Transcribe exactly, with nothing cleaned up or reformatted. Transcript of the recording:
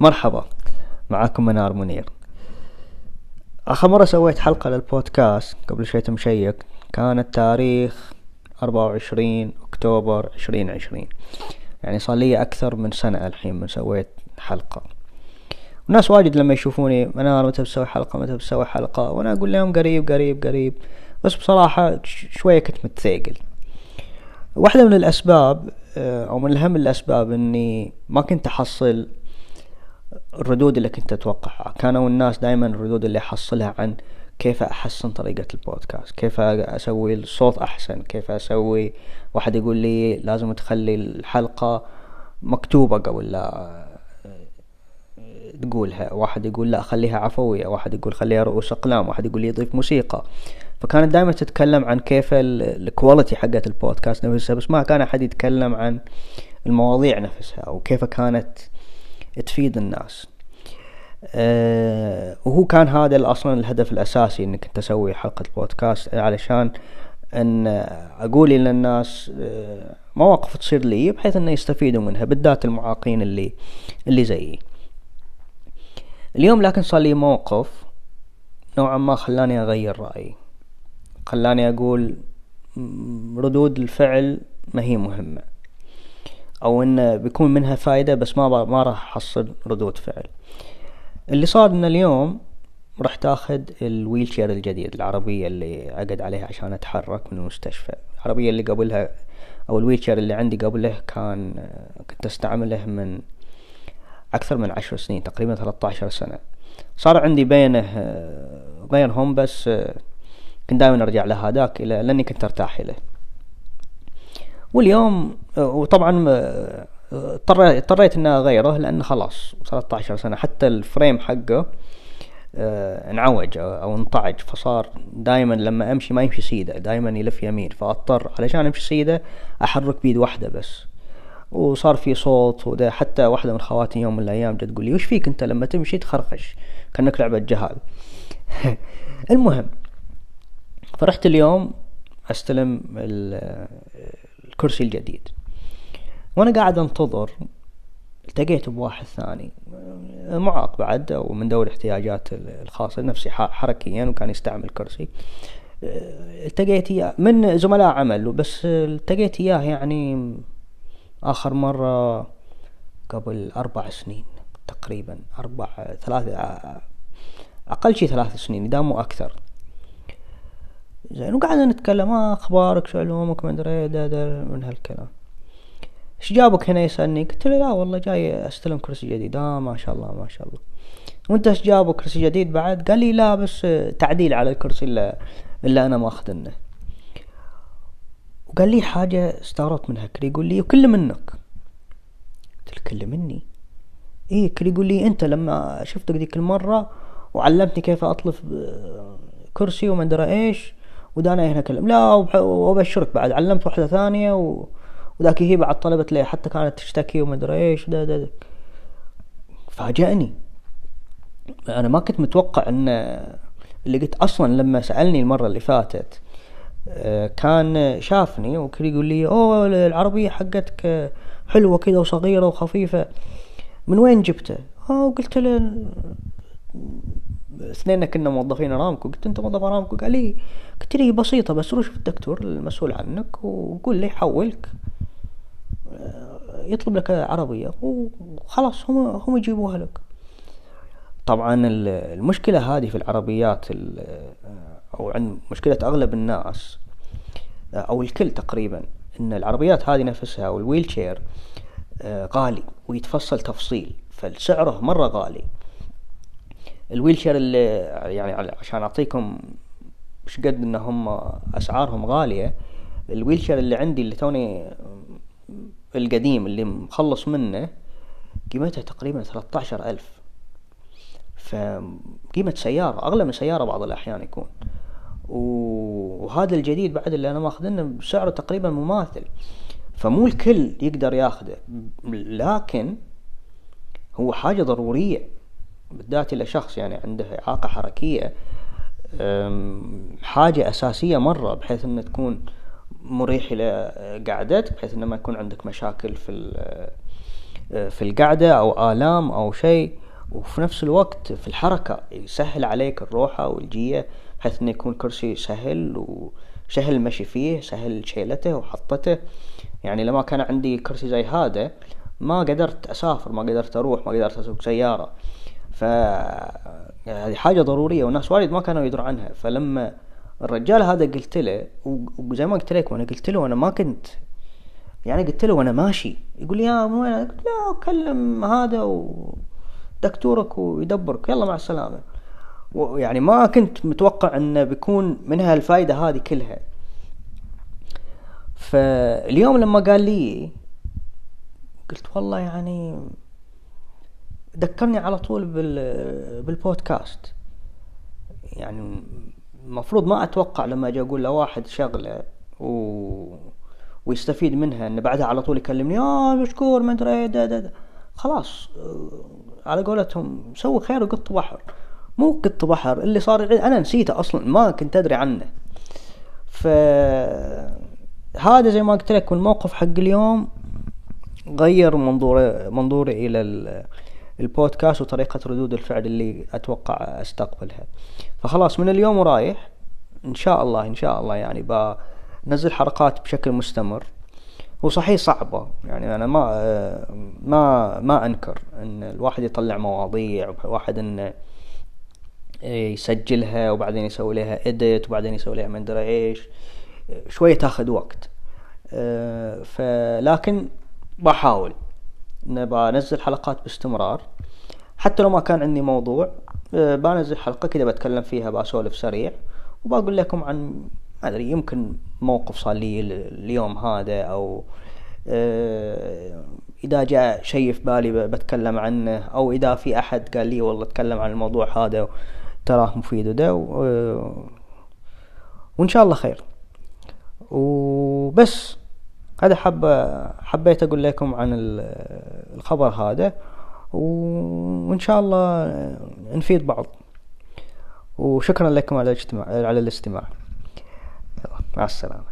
مرحبا، معكم منار منير. آخر مرة سويت حلقة للبودكاست قبل شوية مشيك كانت تاريخ أربعة وعشرين أكتوبر عشرين عشرين، يعني صار لي أكثر من سنة الحين من سويت حلقة. والناس واجد لما يشوفوني منار متى بسوي حلقة متى بسوي حلقة، وأنا أقول لهم قريب قريب قريب، بس بصراحة شوية كنت متثقل. واحدة من الأسباب أو من أهم الأسباب إني ما كنت أحصل الردود اللي كنت أتوقعها. كانوا الناس دائما الردود اللي أحصلها عن كيف أحسن طريقة البودكاست، كيف أسوي الصوت أحسن، كيف أسوي. واحد يقول لي لازم تخلي الحلقة مكتوبة قبل لا تقولها، واحد يقول لا خليها عفوية، واحد يقول خليها رؤوس أقلام، واحد يقول لي يضيف موسيقى. فكانت دائما تتكلم عن كيف الكواليتي حقت البودكاست نفسها، بس ما كان أحد يتكلم عن المواضيع نفسها وكيف كانت تفيد الناس. أه وهو كان هذا أصلا الهدف الأساسي إني كنت أسوي حلقة البودكاست، علشان أن أقول للناس أه مواقف تصير لي بحيث أن يستفيدوا منها، بالذات المعاقين اللي اللي زيي. اليوم لكن صار لي موقف نوعا ما خلاني أغير رأيي، خلاني أقول ردود الفعل ما هي مهمة، أو إن بيكون منها فايدة بس ما ما راح أحصل ردود فعل. اللي صار إن اليوم رحت أخذ الويلشير الجديد، العربية اللي أقعد عليها عشان أتحرك من المستشفى. العربية اللي قبلها أو الويلشير اللي عندي قبله كان كنت أستعمله من أكثر من عشر سنين، تقريبا ثلاثة عشر سنة. صار عندي بينه غيرهم، بس كنت دائما أرجع لهذاك لأني كنت أرتاح له. واليوم وطبعا اضطريت ان اغيره لان خلاص ثلاثة عشر سنة، حتى الفريم حقه انعوج او انطعج، فصار دائما لما امشي ما يمشي سيده، دائما يلف يمين، فاضطر علشان امشي سيده احرك بيد واحدة بس. وصار في صوت، وده حتى واحدة من خواتي يوم من الايام جت تقول لي وش فيك انت لما تمشي تخرخش كأنك لعبة جهال. المهم، فرحت اليوم استلم الكرسي الجديد، وانا قاعد انتظر التقيت بواحد ثاني معاق بعد او من ذوي الاحتياجات الخاصة نفسي حركيا، وكان يستعمل كرسي. التقيت اياه من زملاء عمل، بس التقيت اياه يعني اخر مرة قبل اربع سنين تقريبا، اربع ثلاثة اقل شيء ثلاث سنين اذا مو اكثر. زين، وقعدنا نتكلم اه اخبارك شو علومك ما ادري ده ده من هالكلام. ايش جابك هنا يسألني؟ قلت له لا والله جاي استلم كرسي جديد. اه ما شاء الله ما شاء الله. وانت ايش جابك كرسي جديد بعد؟ قال لي لا بس تعديل على الكرسي اللي, اللي انا ماخذنه. وقال لي حاجة استغربت منها، كل يقول لي وكل منك. قلت له كل مني؟ ايه. كل يقول لي انت لما شفتك ذيك المرة وعلمتني كيف اطلف كرسي وما ادري ايش، ودانا هنا كلم لا وابشرك بعد علمت واحدة ثانية و وذاك هي بعد طلبت لي حتى كانت تشتكي وما ادري ايش. ده ده, ده. فاجأني، انا ما كنت متوقع ان اللي قلت اصلا لما سألني المرة اللي فاتت كان شافني وكل يقول لي اوه العربية حقتك حلوة كذا وصغيرة وخفيفة، من وين جبته؟ اه وقلت له اثنين كنا موظفين رامكو. قلت انت موظف رامكو؟ قال لي قلت لي بسيطة، بس روح في الدكتور المسؤول عنك وقول لي يحولك يطلب لك عربية وخلاص هم هم يجيبوها لك. طبعا المشكلة هذه في العربيات او عند مشكلة اغلب الناس او الكل تقريبا، ان العربيات هذه نفسها او الويلشير غالي ويتفصل تفصيل، فالسعره مرة غالي. الويلشير اللي يعني عشان اعطيكم مش قد ان هم اسعارهم غالية، الويلشير اللي عندي اللي توني القديم اللي مخلص منه قيمتها تقريبا ثلاثة عشر ألف، فقيمة سيارة أغلى من سيارة بعض الأحيان يكون. وهذا الجديد بعد اللي أنا ماخذنه بسعره تقريبا مماثل، فمو الكل يقدر ياخذه، لكن هو حاجة ضرورية بالذات إلى شخص يعني عنده إعاقة حركية، حاجة أساسية مرة، بحيث أن تكون مريح إلى قعدتك، بحيث أن ما يكون عندك مشاكل في في القعدة أو آلام أو شيء، وفي نفس الوقت في الحركة يسهل عليك الروحة والجية، بحيث إنه يكون كرسي سهل وسهل المشي فيه، سهل شيلته وحطته. يعني لما كان عندي كرسي زي هذا ما قدرت أسافر، ما قدرت أروح، ما قدرت أسوق سيارة. فهذه حاجة ضرورية والناس وايد ما كانوا يدروا عنها. فلما الرجال هذا قلت له، وزي ما قلت لك وانا قلت له وانا ما كنت يعني قلت له وانا ماشي، يقول لي يا مو لا اكلم هذا ودكتورك ويدبرك، يلا مع السلامة. ويعني ما كنت متوقع انه بيكون منها الفائدة هذه كلها. فاليوم لما قال لي قلت والله يعني ذكرني على طول بال بالبودكاست. يعني المفروض ما اتوقع لما اجي اقول لواحد شغله و... ويستفيد منها ان بعدها على طول يكلمني اه مشكور ما ادري ده ده ده. خلاص على قولتهم سوي خير وقط بحر. مو قط بحر اللي صار انا نسيته اصلا، ما كنت ادري عنه. فهذا زي ما قلت لك الموقف حق اليوم غير منظوري منظوري الى البودكاست وطريقة ردود الفعل اللي اتوقع استقبلها. فخلاص من اليوم ورايح ان شاء الله ان شاء الله يعني بنزل حلقات بشكل مستمر. وصحيح صعبة، يعني انا ما ما ما انكر ان الواحد يطلع مواضيع، وواحد انه يسجلها وبعدين يسوي لها اديت وبعدين يسوي لها من دري ايش، شوية تاخذ وقت. فلكن بحاول ان بنزل حلقات باستمرار، حتى لو ما كان عندي موضوع بنزل حلقة كده بتكلم فيها، بسولف سريع وبقول لكم عن ما ادري يمكن موقف صار لي اليوم هذا، او اذا جاء شيء في بالي بتكلم عنه، او اذا في احد قال لي والله اتكلم عن الموضوع هذا تراه مفيد وده، وان شاء الله خير. وبس هذا حب حبيت اقول لكم عن الخبر هذا، وان شاء الله نفيد بعض. وشكرا لكم على الاجتماع على الاستماع. مع السلامة.